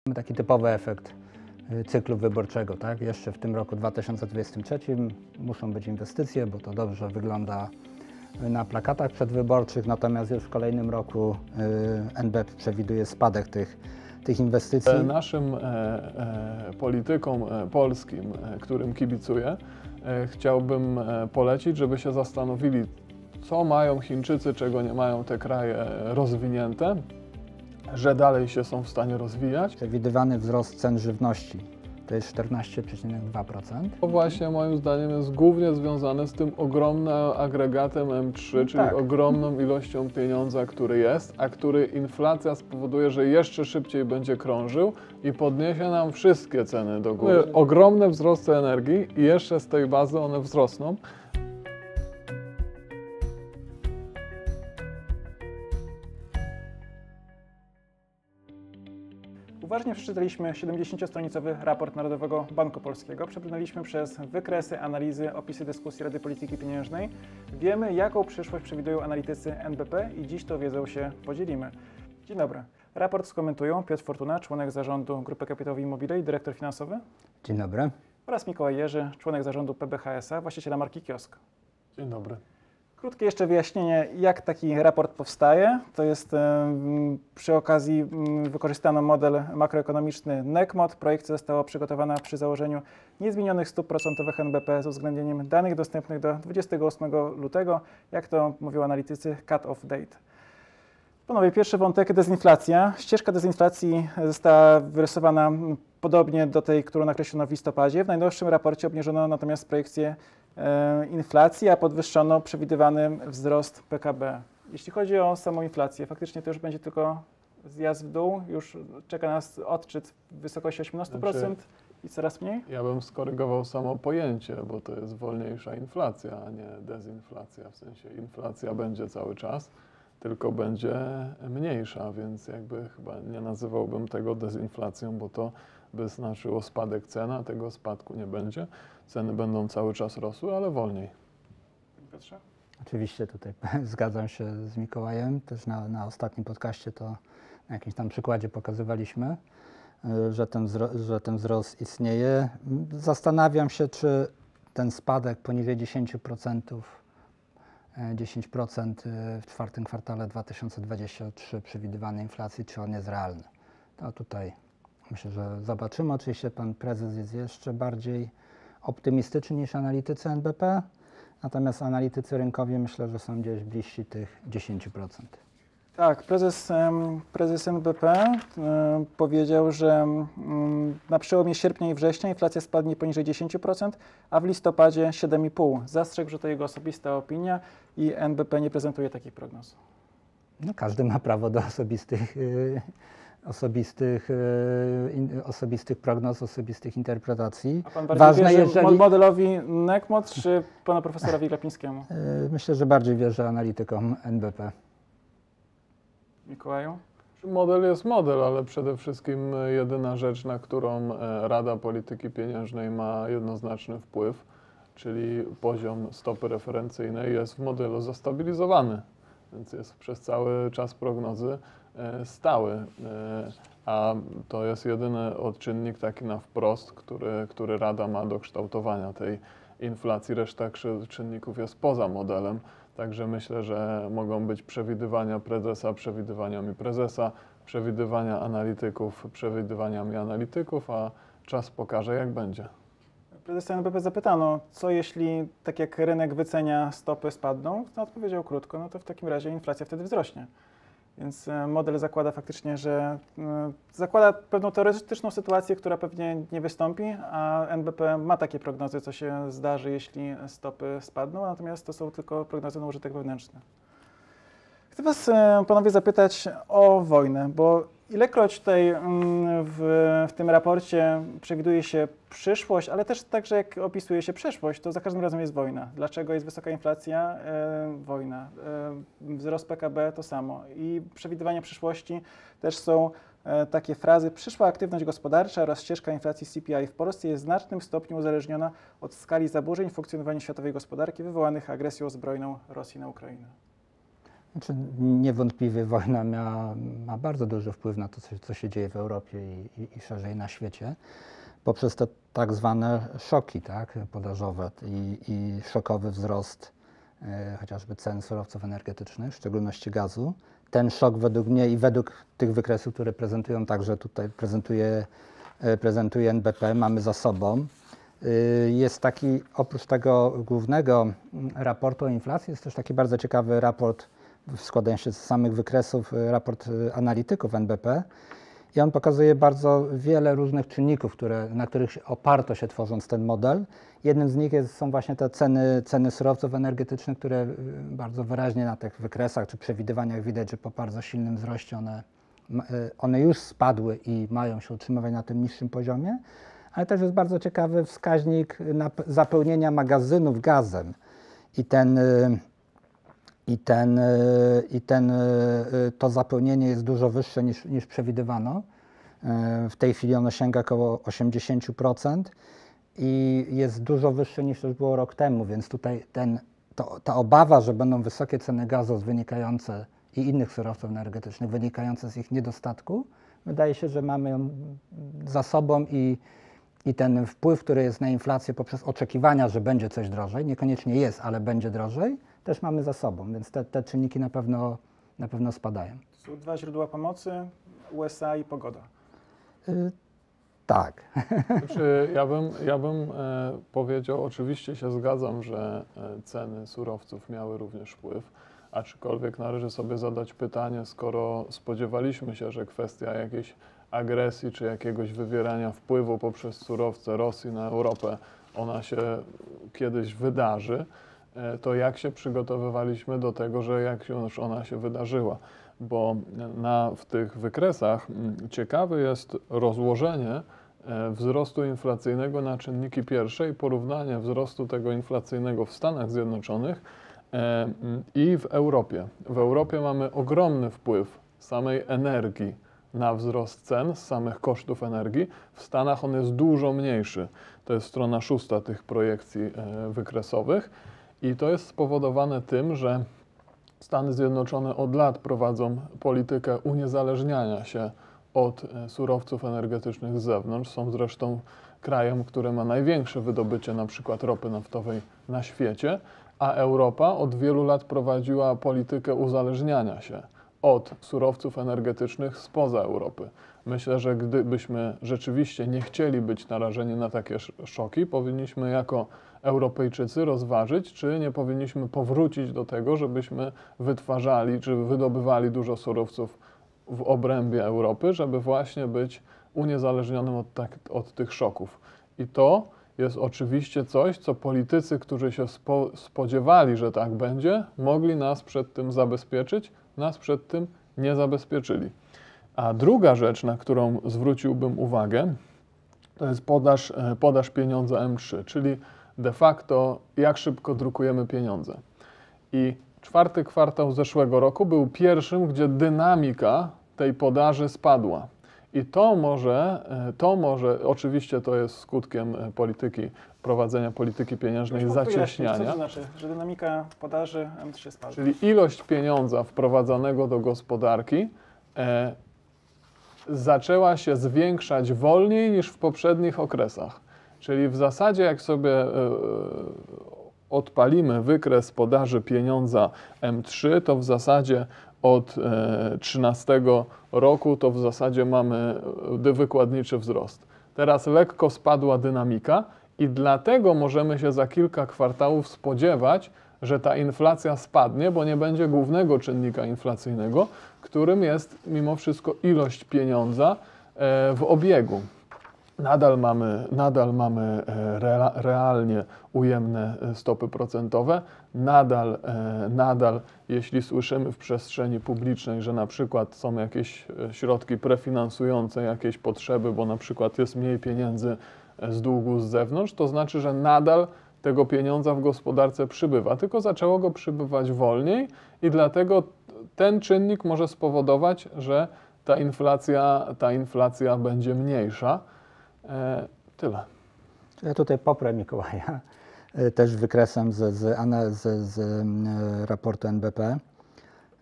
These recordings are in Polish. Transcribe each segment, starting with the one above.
Taki typowy efekt cyklu wyborczego, tak? Jeszcze w tym roku 2023 muszą być inwestycje, bo to dobrze wygląda na plakatach przedwyborczych, natomiast już w kolejnym roku NBP przewiduje spadek tych inwestycji. Naszym politykom polskim, którym kibicuję, chciałbym polecić, żeby się zastanowili, co mają Chińczycy, czego nie mają te kraje rozwinięte, że dalej się są w stanie rozwijać. Przewidywany wzrost cen żywności to jest 14,2%. To właśnie moim zdaniem jest głównie związane z tym ogromnym agregatem M3, czyli tak, ogromną ilością pieniądza, który jest, a który inflacja spowoduje, że jeszcze szybciej będzie krążył i podniesie nam wszystkie ceny do góry. Ogromne wzrosty energii i jeszcze z tej bazy one wzrosną. Uważnie przeczytaliśmy 70-stronicowy raport Narodowego Banku Polskiego, przebrnęliśmy przez wykresy, analizy, opisy dyskusji Rady Polityki Pieniężnej. Wiemy, jaką przyszłość przewidują analitycy NBP i dziś tą wiedzą się podzielimy. Dzień dobry. Raport skomentują Piotr Fortuna, członek zarządu Grupy Kapitałowej Immobile i dyrektor finansowy. Dzień dobry. Oraz Mikołaj Jerzy, członek zarządu PBHS-a, właściciela marki Kiosk. Dzień dobry. Krótkie jeszcze wyjaśnienie, jak taki raport powstaje. To jest przy okazji wykorzystano model makroekonomiczny NECMOD. Projekcja została przygotowana przy założeniu niezmienionych stóp procentowych NBP z uwzględnieniem danych dostępnych do 28 lutego, jak to mówią analitycy, cut-off date. Panowie, pierwszy wątek, dezinflacja. Ścieżka dezinflacji została wyrysowana podobnie do tej, którą nakreślono w listopadzie. W najnowszym raporcie obniżono natomiast projekcję inflacji, a podwyższono przewidywany wzrost PKB. Jeśli chodzi o samą inflację, faktycznie to już będzie tylko zjazd w dół, już czeka nas odczyt w wysokości 18% i coraz mniej? Ja bym skorygował samo pojęcie, bo to jest wolniejsza inflacja, a nie dezinflacja. W sensie inflacja będzie cały czas, tylko będzie mniejsza, więc jakby chyba nie nazywałbym tego dezinflacją, bo to by znaczyło spadek cen, a tego spadku nie będzie. Ceny będą cały czas rosły, ale wolniej. Piotrze? Oczywiście tutaj zgadzam się z Mikołajem. Też na ostatnim podcaście to na jakimś tam przykładzie pokazywaliśmy, że ten wzrost istnieje. Zastanawiam się, czy ten spadek poniżej 10%, 10% w czwartym kwartale 2023 przewidywanej inflacji, czy on jest realny. To tutaj myślę, że zobaczymy. Oczywiście pan prezes jest jeszcze bardziej optymistyczny niż analitycy NBP, natomiast analitycy rynkowi myślę, że są gdzieś bliżsi tych 10%. Tak, prezes NBP powiedział, że na przełomie sierpnia i września inflacja spadnie poniżej 10%, a w listopadzie 7,5%. Zastrzegł, że to jego osobista opinia i NBP nie prezentuje takich prognoz. No, każdy ma prawo do osobistych prognoz, osobistych interpretacji. A pan bardziej wierzy modelowi NECMOD czy panu profesorowi Glapińskiemu? Myślę, że bardziej wierzę analitykom NBP. Mikołaju? Model jest model, ale przede wszystkim jedyna rzecz, na którą Rada Polityki Pieniężnej ma jednoznaczny wpływ, czyli poziom stopy referencyjnej jest w modelu zastabilizowany, więc jest przez cały czas prognozy stały, a to jest jedyny odczynnik taki na wprost, który Rada ma do kształtowania tej inflacji. Reszta czynników jest poza modelem, także myślę, że mogą być przewidywania prezesa przewidywaniami prezesa, przewidywania analityków przewidywaniami analityków, a czas pokaże, jak będzie. Prezesa NBP zapytano, co jeśli tak jak rynek wycenia, stopy spadną? To odpowiedział krótko, no to w takim razie inflacja wtedy wzrośnie. Więc model zakłada faktycznie, że zakłada pewną teoretyczną sytuację, która pewnie nie wystąpi, a NBP ma takie prognozy, co się zdarzy, jeśli stopy spadną, natomiast to są tylko prognozy na użytek wewnętrzny. Chcę was, panowie, zapytać o wojnę, bo ilekroć tutaj w tym raporcie przewiduje się przyszłość, ale też także jak opisuje się przeszłość, to za każdym razem jest wojna. Dlaczego jest wysoka inflacja? Wojna. Wzrost PKB to samo. I przewidywania przyszłości też są takie frazy. Przyszła aktywność gospodarcza oraz ścieżka inflacji CPI w Polsce jest w znacznym stopniu uzależniona od skali zaburzeń w funkcjonowaniu światowej gospodarki wywołanych agresją zbrojną Rosji na Ukrainę. Znaczy, niewątpliwie wojna ma bardzo duży wpływ na to, co się dzieje w Europie i szerzej na świecie, poprzez te tak zwane szoki, tak, podażowe i szokowy wzrost chociażby cen surowców energetycznych, w szczególności gazu. Ten szok według mnie i według tych wykresów, które prezentują także tutaj prezentuje NBP, mamy za sobą. Jest taki, oprócz tego głównego raportu o inflacji, jest też taki bardzo ciekawy raport, składający się z samych wykresów, raport analityków NBP. I on pokazuje bardzo wiele różnych czynników, na których oparto się tworząc ten model. Jednym z nich są właśnie te ceny surowców energetycznych, które bardzo wyraźnie na tych wykresach czy przewidywaniach widać, że po bardzo silnym wzroście one już spadły i mają się utrzymywać na tym niższym poziomie, ale też jest bardzo ciekawy wskaźnik zapełnienia magazynów gazem to zapełnienie jest dużo wyższe niż przewidywano. W tej chwili ono sięga około 80% i jest dużo wyższe niż też było rok temu, więc tutaj ta obawa, że będą wysokie ceny gazu wynikające i innych surowców energetycznych wynikające z ich niedostatku, wydaje się, że mamy ją za sobą i ten wpływ, który jest na inflację poprzez oczekiwania, że będzie coś drożej, niekoniecznie jest, ale będzie drożej, też mamy za sobą, więc te czynniki na pewno spadają. To są dwa źródła pomocy, USA i pogoda. Tak. Znaczy, ja bym powiedział, oczywiście się zgadzam, że ceny surowców miały również wpływ, aczkolwiek należy sobie zadać pytanie, skoro spodziewaliśmy się, że kwestia jakiejś agresji czy jakiegoś wywierania wpływu poprzez surowce Rosji na Europę, ona się kiedyś wydarzy, to jak się przygotowywaliśmy do tego, że jak już ona się wydarzyła. Bo w tych wykresach ciekawe jest rozłożenie wzrostu inflacyjnego na czynniki pierwsze i porównanie wzrostu tego inflacyjnego w Stanach Zjednoczonych i w Europie. W Europie mamy ogromny wpływ samej energii na wzrost cen, z samych kosztów energii. W Stanach on jest dużo mniejszy. To jest strona 6 tych projekcji wykresowych i to jest spowodowane tym, że Stany Zjednoczone od lat prowadzą politykę uniezależniania się od surowców energetycznych z zewnątrz. Są zresztą krajem, który ma największe wydobycie na przykład ropy naftowej na świecie, a Europa od wielu lat prowadziła politykę uzależniania się od surowców energetycznych spoza Europy. Myślę, że gdybyśmy rzeczywiście nie chcieli być narażeni na takie szoki, powinniśmy jako Europejczycy rozważyć, czy nie powinniśmy powrócić do tego, żebyśmy wytwarzali czy wydobywali dużo surowców w obrębie Europy, żeby właśnie być uniezależnionym od tych szoków. I to jest oczywiście coś, co politycy, którzy się spodziewali, że tak będzie, mogli nas przed tym zabezpieczyć, nas przed tym nie zabezpieczyli. A druga rzecz, na którą zwróciłbym uwagę, to jest podaż pieniądza M3, czyli de facto jak szybko drukujemy pieniądze. I czwarty kwartał zeszłego roku był pierwszym, gdzie dynamika tej podaży spadła. I to może, oczywiście to jest skutkiem prowadzenia polityki pieniężnej zacieśniania. Co to znaczy, że dynamika podaży M3 spadła? Czyli ilość pieniądza wprowadzanego do gospodarki zaczęła się zwiększać wolniej niż w poprzednich okresach. Czyli w zasadzie jak sobie odpalimy wykres podaży pieniądza M3, to w zasadzie od 2013 roku to w zasadzie mamy wykładniczy wzrost. Teraz lekko spadła dynamika i dlatego możemy się za kilka kwartałów spodziewać, że ta inflacja spadnie, bo nie będzie głównego czynnika inflacyjnego, którym jest mimo wszystko ilość pieniądza w obiegu. Nadal mamy realnie ujemne stopy procentowe, nadal jeśli słyszymy w przestrzeni publicznej, że na przykład są jakieś środki prefinansujące jakieś potrzeby, bo na przykład jest mniej pieniędzy z długu z zewnątrz, to znaczy, że nadal tego pieniądza w gospodarce przybywa, tylko zaczęło go przybywać wolniej i dlatego ten czynnik może spowodować, że ta inflacja będzie mniejsza. Tyle. Ja tutaj poprę Mikołaja, też wykresem z raportu NBP.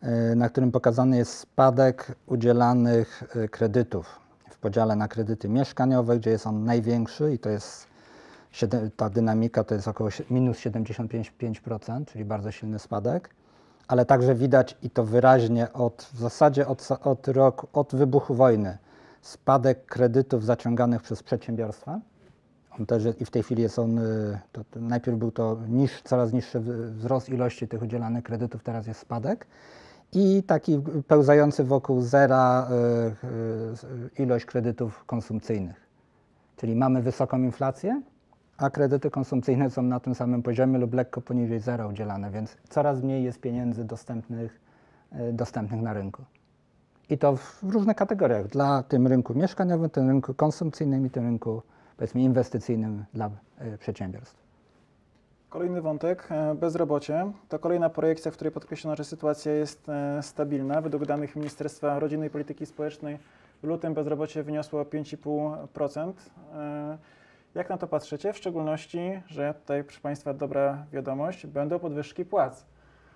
na którym pokazany jest spadek udzielanych kredytów w podziale na kredyty mieszkaniowe, gdzie jest on największy i to jest ta dynamika to jest około minus 75%, czyli bardzo silny spadek, ale także widać i to wyraźnie w zasadzie od wybuchu wojny spadek kredytów zaciąganych przez przedsiębiorstwa. On też i w tej chwili jest on, najpierw był to coraz niższy wzrost ilości tych udzielanych kredytów, teraz jest spadek. I taki pełzający wokół zera ilość kredytów konsumpcyjnych. Czyli mamy wysoką inflację, a kredyty konsumpcyjne są na tym samym poziomie lub lekko poniżej zera udzielane, więc coraz mniej jest pieniędzy dostępnych na rynku. I to w różnych kategoriach, dla tym rynku mieszkaniowym, tym rynku konsumpcyjnym i tym rynku, powiedzmy, inwestycyjnym dla przedsiębiorstw. Kolejny wątek, bezrobocie. To kolejna projekcja, w której podkreślono, że sytuacja jest stabilna. Według danych Ministerstwa Rodziny i Polityki Społecznej w lutym bezrobocie wyniosło 5,5%. Jak na to patrzycie? W szczególności, że tutaj, proszę Państwa, dobra wiadomość, będą podwyżki płac.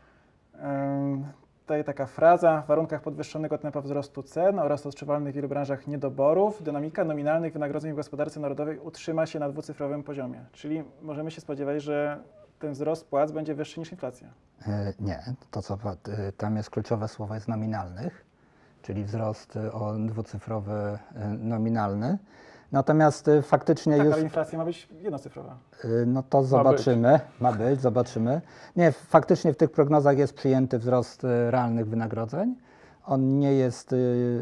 Tutaj taka fraza, w warunkach podwyższonego tempa wzrostu cen oraz odczuwalnych w wielu branżach niedoborów, dynamika nominalnych wynagrodzeń w gospodarce narodowej utrzyma się na dwucyfrowym poziomie. Czyli możemy się spodziewać, że ten wzrost płac będzie wyższy niż inflacja. Nie, tam jest kluczowe słowo jest nominalnych, czyli wzrost o dwucyfrowy nominalny. Natomiast faktycznie Tak, już... ale inflacja ma być jednocyfrowa. No to zobaczymy. Zobaczymy. Nie, faktycznie w tych prognozach jest przyjęty wzrost realnych wynagrodzeń. On nie jest...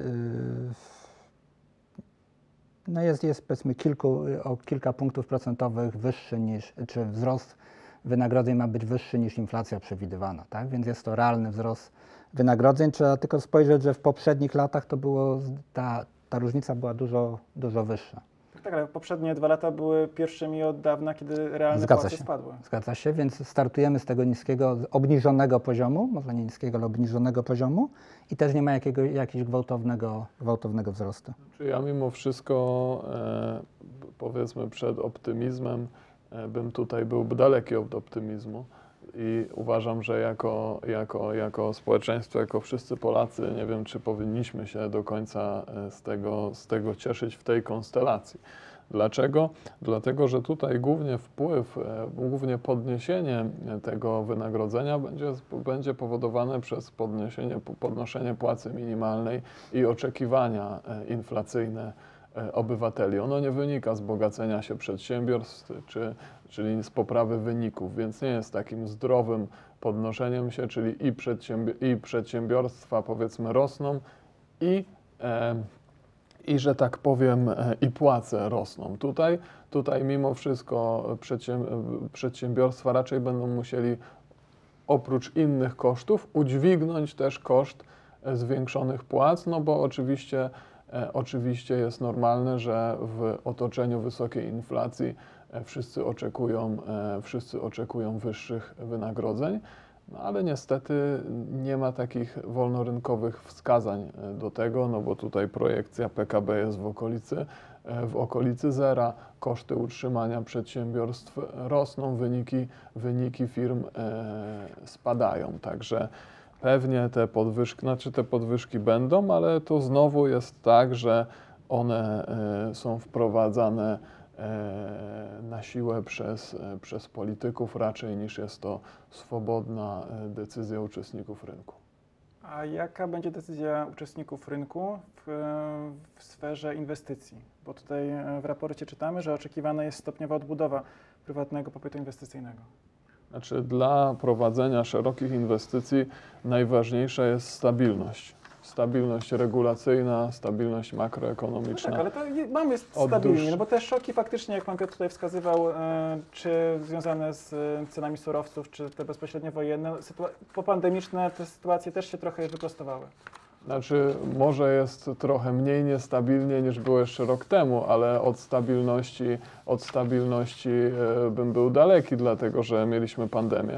No jest powiedzmy o kilka punktów procentowych wyższy niż... Czy wzrost wynagrodzeń ma być wyższy niż inflacja przewidywana, tak? Więc jest to realny wzrost wynagrodzeń. Trzeba tylko spojrzeć, że w poprzednich latach to było... Ta różnica była dużo wyższa. Tak, ale poprzednie 2 lata były pierwszymi od dawna, kiedy realne płace spadły. Zgadza się, więc startujemy z tego niskiego, obniżonego poziomu, może nie niskiego, ale obniżonego poziomu i też nie ma jakiegoś gwałtownego wzrostu. Czy ja mimo wszystko, powiedzmy przed optymizmem, bym tutaj był daleki od optymizmu. I uważam, że jako społeczeństwo, jako wszyscy Polacy, nie wiem, czy powinniśmy się do końca z tego cieszyć w tej konstelacji. Dlaczego? Dlatego, że tutaj głównie podniesienie tego wynagrodzenia będzie powodowane przez podnoszenie płacy minimalnej i oczekiwania inflacyjne obywateli. Ono nie wynika z bogacenia się przedsiębiorstw, czyli z poprawy wyników, więc nie jest takim zdrowym podnoszeniem się, czyli i przedsiębiorstwa, powiedzmy, rosną i że tak powiem, i płace rosną. Tutaj mimo wszystko przedsiębiorstwa raczej będą musieli oprócz innych kosztów udźwignąć też koszt zwiększonych płac, no bo oczywiście jest normalne, że w otoczeniu wysokiej inflacji wszyscy oczekują wyższych wynagrodzeń, no ale niestety nie ma takich wolnorynkowych wskazań do tego, no bo tutaj projekcja PKB jest w okolicy zera, koszty utrzymania przedsiębiorstw rosną, wyniki firm spadają, także pewnie te podwyżki będą, ale to znowu jest tak, że one są wprowadzane na siłę przez polityków raczej niż jest to swobodna decyzja uczestników rynku. A jaka będzie decyzja uczestników rynku w sferze inwestycji? Bo tutaj w raporcie czytamy, że oczekiwana jest stopniowa odbudowa prywatnego popytu inwestycyjnego. Znaczy, dla prowadzenia szerokich inwestycji najważniejsza jest stabilność. Stabilność regulacyjna, stabilność makroekonomiczna. No tak, ale to mamy stabilnie, no bo te szoki faktycznie, jak pan Piotr tutaj wskazywał, czy związane z cenami surowców, czy te bezpośrednio wojenne, popandemiczne te sytuacje też się trochę wyprostowały. Znaczy, może jest trochę mniej niestabilnie niż było jeszcze rok temu, ale od stabilności bym był daleki, dlatego że mieliśmy pandemię.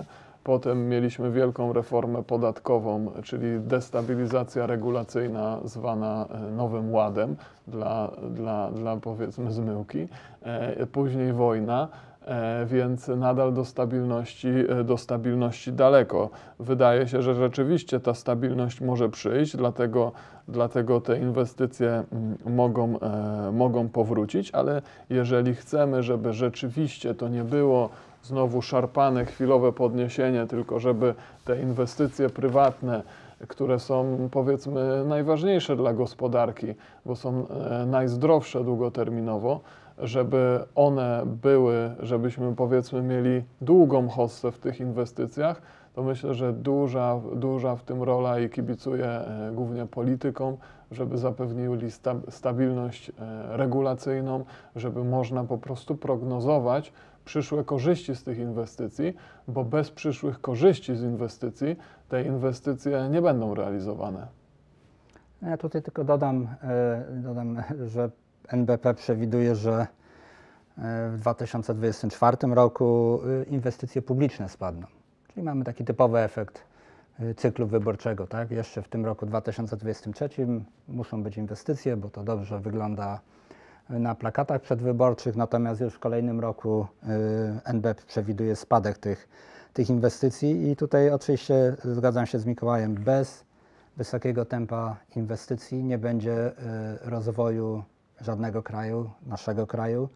Potem mieliśmy wielką reformę podatkową, czyli destabilizacja regulacyjna zwana Nowym Ładem dla powiedzmy zmyłki. Później wojna, więc nadal do stabilności daleko. Wydaje się, że rzeczywiście ta stabilność może przyjść, dlatego te inwestycje mogą powrócić, ale jeżeli chcemy, żeby rzeczywiście to nie było znowu szarpane, chwilowe podniesienie, tylko żeby te inwestycje prywatne, które są powiedzmy najważniejsze dla gospodarki, bo są najzdrowsze długoterminowo, żeby one były, żebyśmy powiedzmy mieli długą hossę w tych inwestycjach, to myślę, że duża w tym rola i kibicuję głównie politykom, żeby zapewnili stabilność regulacyjną, żeby można po prostu prognozować przyszłe korzyści z tych inwestycji, bo bez przyszłych korzyści z inwestycji te inwestycje nie będą realizowane. Ja tutaj tylko dodam, że NBP przewiduje, że w 2024 roku inwestycje publiczne spadną. Czyli mamy taki typowy efekt cyklu wyborczego, tak? Jeszcze w tym roku 2023 muszą być inwestycje, bo to dobrze wygląda na plakatach przedwyborczych, natomiast już w kolejnym roku NBP przewiduje spadek tych inwestycji i tutaj oczywiście zgadzam się z Mikołajem, bez wysokiego tempa inwestycji nie będzie rozwoju żadnego kraju, naszego kraju.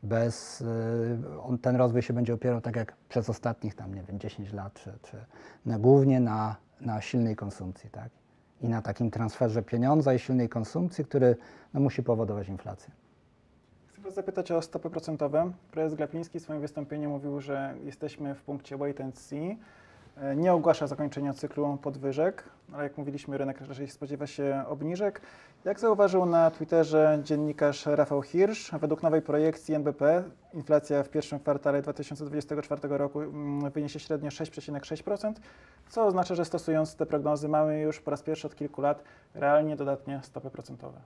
Ten rozwój się będzie opierał tak jak przez ostatnich tam, nie wiem, 10 lat, czy głównie na silnej konsumpcji, tak? I na takim transferze pieniądza i silnej konsumpcji, który musi powodować inflację. Chcę Was zapytać o stopy procentowe. Prezes Glapiński w swoim wystąpieniu mówił, że jesteśmy w punkcie wait and see. Nie ogłasza zakończenia cyklu podwyżek, ale jak mówiliśmy, rynek raczej spodziewa się obniżek. Jak zauważył na Twitterze dziennikarz Rafał Hirsch, według nowej projekcji NBP inflacja w pierwszym kwartale 2024 roku wyniesie średnio 6,6%, co oznacza, że stosując te prognozy mamy już po raz pierwszy od kilku lat realnie dodatnie stopy procentowe.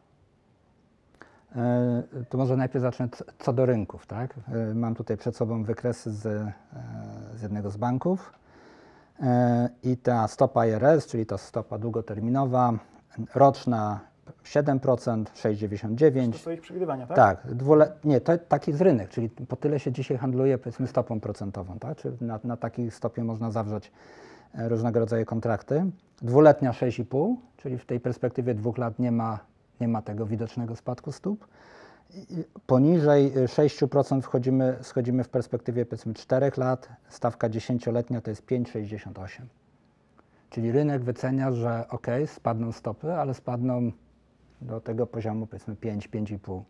To może najpierw zacznę co do rynków, tak? Mam tutaj przed sobą wykresy z jednego z banków i ta stopa IRS, czyli ta stopa długoterminowa, roczna 7%, 6,99%. To są ich przewidywania, tak? Tak, nie, to taki jest rynek, czyli po tyle się dzisiaj handluje powiedzmy stopą procentową, tak? Czyli na takiej stopie można zawrzeć różnego rodzaju kontrakty. Dwuletnia 6,5%, czyli w tej perspektywie 2 lat nie ma tego widocznego spadku stóp. Poniżej 6% schodzimy w perspektywie powiedzmy 4 lat, stawka 10-letnia to jest 5,68. Czyli rynek wycenia, że ok, spadną stopy, ale spadną do tego poziomu powiedzmy 5-5,5.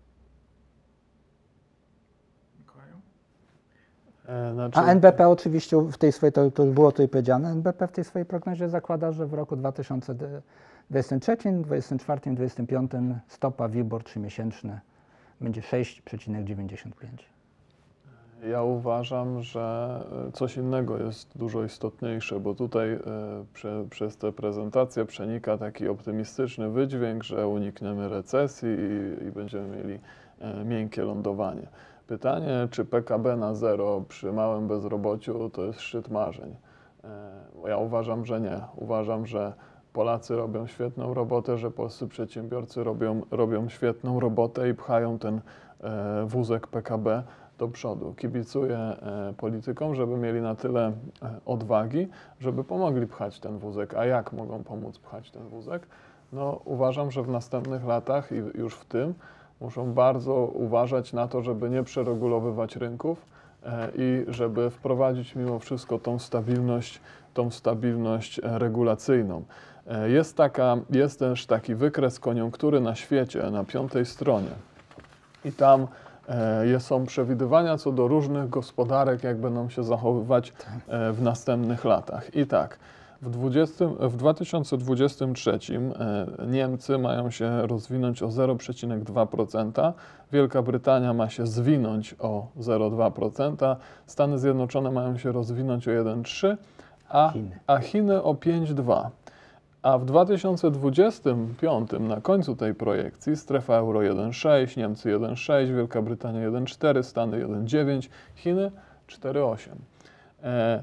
A NBP oczywiście w tej swojej, to już było tutaj powiedziane, NBP w tej swojej prognozie zakłada, że w roku 2023, 2024, 2025 stopa WIBOR 3-miesięczny będzie 6,95. Ja uważam, że coś innego jest dużo istotniejsze, bo tutaj przez tę prezentację przenika taki optymistyczny wydźwięk, że unikniemy recesji i będziemy mieli miękkie lądowanie. Pytanie, czy PKB na zero przy małym bezrobociu to jest szczyt marzeń? Ja uważam, że nie. Uważam, że Polacy robią świetną robotę, że polscy przedsiębiorcy robią świetną robotę i pchają ten wózek PKB do przodu. Kibicuję politykom, żeby mieli na tyle odwagi, żeby pomogli pchać ten wózek. A jak mogą pomóc pchać ten wózek? No, uważam, że w następnych latach i już w tym muszą bardzo uważać na to, żeby nie przeregulowywać rynków i żeby wprowadzić mimo wszystko tą stabilność regulacyjną. Jest też taki wykres koniunktury na świecie, na 5. stronie. I tam są przewidywania co do różnych gospodarek, jak będą się zachowywać w następnych latach. I tak, w 2023 Niemcy mają się rozwinąć o 0,2%, Wielka Brytania ma się zwinąć o 0,2%, Stany Zjednoczone mają się rozwinąć o 1,3%, a Chiny o 5,2%. A w 2025 na końcu tej projekcji strefa euro 1,6, Niemcy 1,6, Wielka Brytania 1,4, Stany 1,9, Chiny 4,8.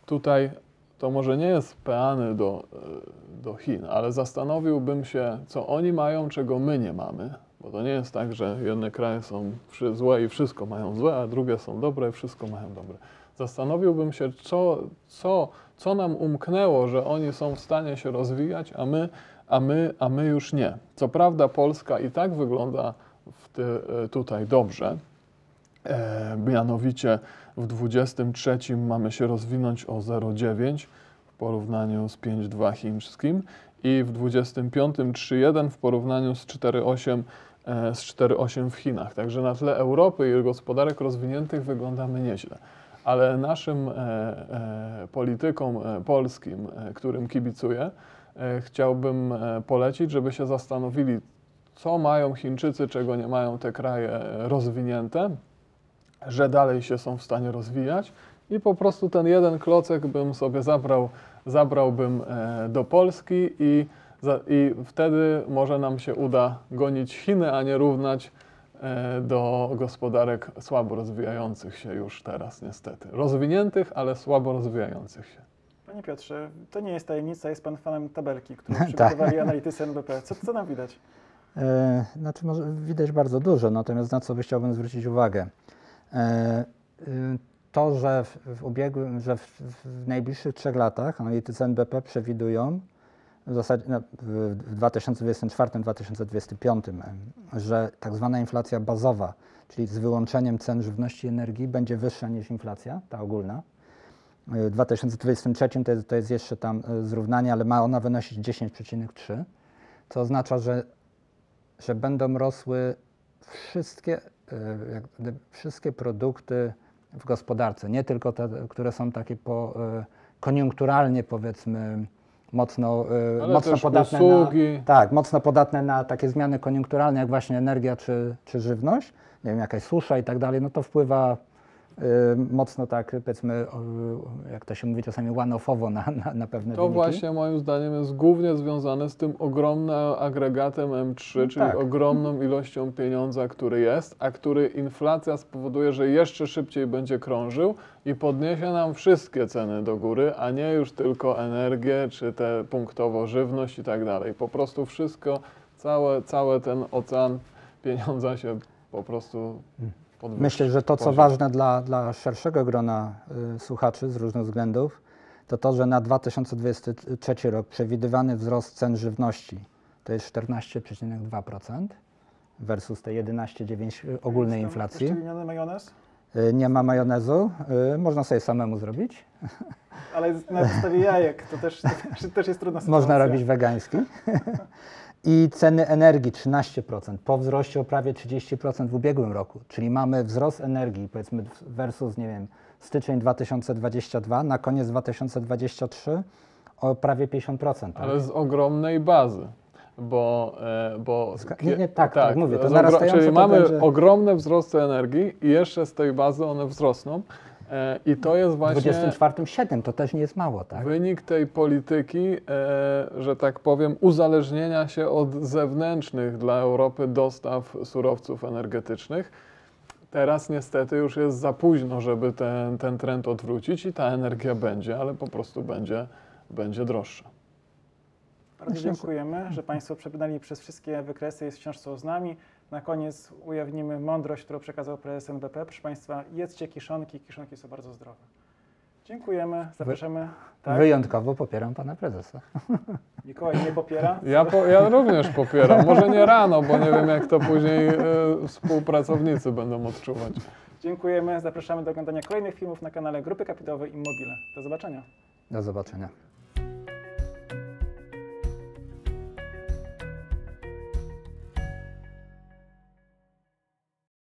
tutaj to może nie jest peany do Chin, ale zastanowiłbym się, co oni mają, czego my nie mamy. Bo to nie jest tak, że jedne kraje są złe i wszystko mają złe, a drugie są dobre i wszystko mają dobre. Zastanowiłbym się, co nam umknęło, że oni są w stanie się rozwijać, a my już nie. Co prawda Polska i tak wygląda tutaj dobrze. Mianowicie w 23 mamy się rozwinąć o 0,9 w porównaniu z 5,2 chińskim i w 25 3,1 w porównaniu z 4,8 w Chinach. Także na tle Europy i gospodarek rozwiniętych wyglądamy nieźle. Ale naszym politykom polskim, którym kibicuję, chciałbym polecić, żeby się zastanowili, co mają Chińczycy, czego nie mają te kraje rozwinięte, że dalej się są w stanie rozwijać i po prostu ten jeden klocek bym sobie zabrałbym do Polski i wtedy może nam się uda gonić Chiny, a nie równać do gospodarek słabo rozwijających się już teraz niestety. Rozwiniętych, ale słabo rozwijających się. Panie Piotrze, to nie jest tajemnica, jest Pan fanem tabelki, którą przygotowali analitycy NBP. Co nam widać? Znaczy może widać bardzo dużo, natomiast na co chciałbym zwrócić uwagę. To, że w najbliższych 3 latach analitycy NBP przewidują w zasadzie w 2024-2025, że tak zwana inflacja bazowa, czyli z wyłączeniem cen żywności i energii, będzie wyższa niż inflacja, ta ogólna. W 2023 to jest jeszcze tam zrównanie, ale ma ona wynosić 10,3, co oznacza, że będą rosły wszystkie produkty w gospodarce, nie tylko te, które są takie koniunkturalnie, powiedzmy mocno podatne mocno podatne na takie zmiany koniunkturalne, jak właśnie energia czy żywność, nie wiem, jakaś susza i tak dalej, no to wpływa mocno tak, powiedzmy, jak to się mówi czasami one-offowo na pewne To wyniki. właśnie moim zdaniem jest głównie związane z tym ogromnym agregatem M3, czyli ogromną ilością pieniądza, który jest, a który inflacja spowoduje, że jeszcze szybciej będzie krążył i podniesie nam wszystkie ceny do góry, a nie już tylko energię, czy te punktowo żywność i tak dalej. Po prostu wszystko, cały ten ocean pieniądza się po prostu podwyższy. Myślę, że to, co ważne dla szerszego grona słuchaczy z różnych względów, to, że na 2023 rok przewidywany wzrost cen żywności to jest 14,2% versus te 11,9% ogólnej inflacji. Wyszczególniony majonez? Nie ma majonezu, można sobie samemu zrobić. Ale na podstawie jajek to też jest trudna sytuacja. Można robić wegański. I ceny energii 13%, po wzroście o prawie 30% w ubiegłym roku. Czyli mamy wzrost energii, powiedzmy versus, nie wiem, styczeń 2022 na koniec 2023 o prawie 50%. Tak? Ale z ogromnej bazy. Tak, mówię, to narastające. Czyli mamy ogromne wzrosty energii i jeszcze z tej bazy one wzrosną. I to jest właśnie... W 24 7 to też nie jest mało, tak? Wynik tej polityki, że tak powiem, uzależnienia się od zewnętrznych dla Europy dostaw surowców energetycznych. Teraz niestety już jest za późno, żeby ten trend odwrócić i ta energia będzie, ale po prostu będzie droższa. Bardzo dziękujemy, że Państwo przebrnęli przez wszystkie wykresy i wciąż są z nami. Na koniec ujawnimy mądrość, którą przekazał prezes NBP. Proszę Państwa, jedzcie kiszonki, kiszonki są bardzo zdrowe. Dziękujemy, zapraszamy. Wyjątkowo popieram Pana Prezesa. Mikołaj nie popiera? Ja również popieram, może nie rano, bo nie wiem, jak to później współpracownicy będą odczuwać. Dziękujemy, zapraszamy do oglądania kolejnych filmów na kanale Grupy Kapitałowej Immobile. Do zobaczenia. Do zobaczenia.